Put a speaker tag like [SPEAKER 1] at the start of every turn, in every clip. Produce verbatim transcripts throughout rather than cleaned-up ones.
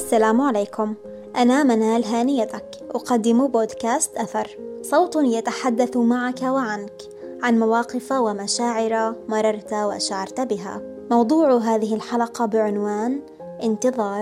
[SPEAKER 1] السلام عليكم. أنا منال هانيتك، أقدم بودكاست أثر، صوت يتحدث معك وعنك عن مواقف ومشاعر مررت وشعرت بها. موضوع هذه الحلقة بعنوان انتظار.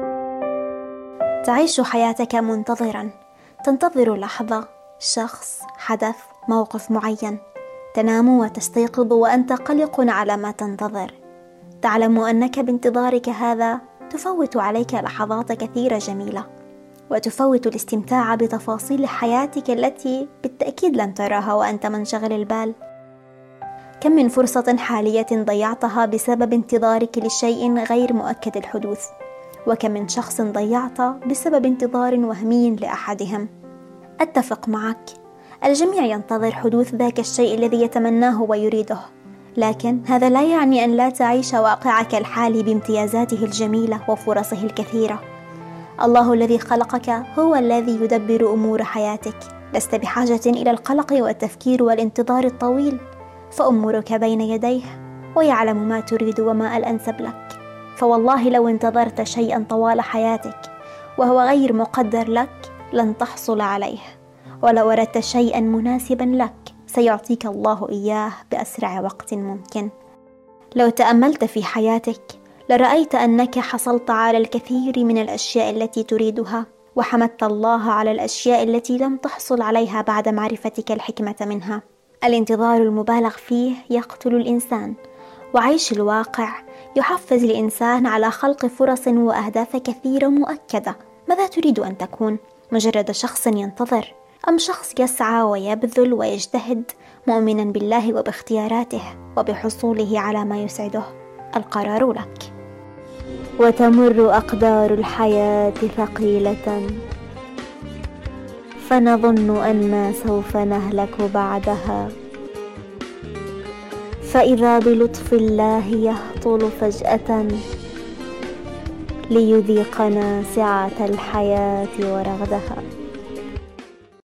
[SPEAKER 1] تعيش حياتك منتظرا، تنتظر لحظة، شخص، حدث، موقف معين. تنام وتستيقظ وأنت قلق على ما تنتظر. تعلم أنك بانتظارك هذا تفوت عليك لحظات كثيرة جميلة، وتفوت الاستمتاع بتفاصيل حياتك التي بالتأكيد لن تراها وأنت منشغل البال. كم من فرصة حالية ضيعتها بسبب انتظارك لشيء غير مؤكد الحدوث، وكم من شخص ضيعت بسبب انتظار وهمي لأحدهم. أتفق معك، الجميع ينتظر حدوث ذاك الشيء الذي يتمناه ويريده، لكن هذا لا يعني أن لا تعيش واقعك الحالي بامتيازاته الجميلة وفرصه الكثيرة. الله الذي خلقك هو الذي يدبر أمور حياتك، لست بحاجة إلى القلق والتفكير والانتظار الطويل، فأمورك بين يديه ويعلم ما تريد وما الأنسب لك. فوالله لو انتظرت شيئا طوال حياتك وهو غير مقدر لك لن تحصل عليه، ولو أردت شيئا مناسبا لك سيعطيك الله إياه بأسرع وقت ممكن. لو تأملت في حياتك لرأيت أنك حصلت على الكثير من الأشياء التي تريدها، وحمدت الله على الأشياء التي لم تحصل عليها بعد معرفتك الحكمة منها. الانتظار المبالغ فيه يقتل الإنسان، وعيش الواقع يحفز الإنسان على خلق فرص وأهداف كثيرة مؤكدة. ماذا تريد أن تكون؟ مجرد شخص ينتظر، أم شخص يسعى ويبذل ويجتهد مؤمنا بالله وباختياراته وبحصوله على ما يسعده؟ القرار لك. وتمر أقدار الحياة ثقيلة، فنظن أن سوف نهلك بعدها، فإذا بلطف الله يهطل فجأة ليذيقنا سعة الحياة ورغدها.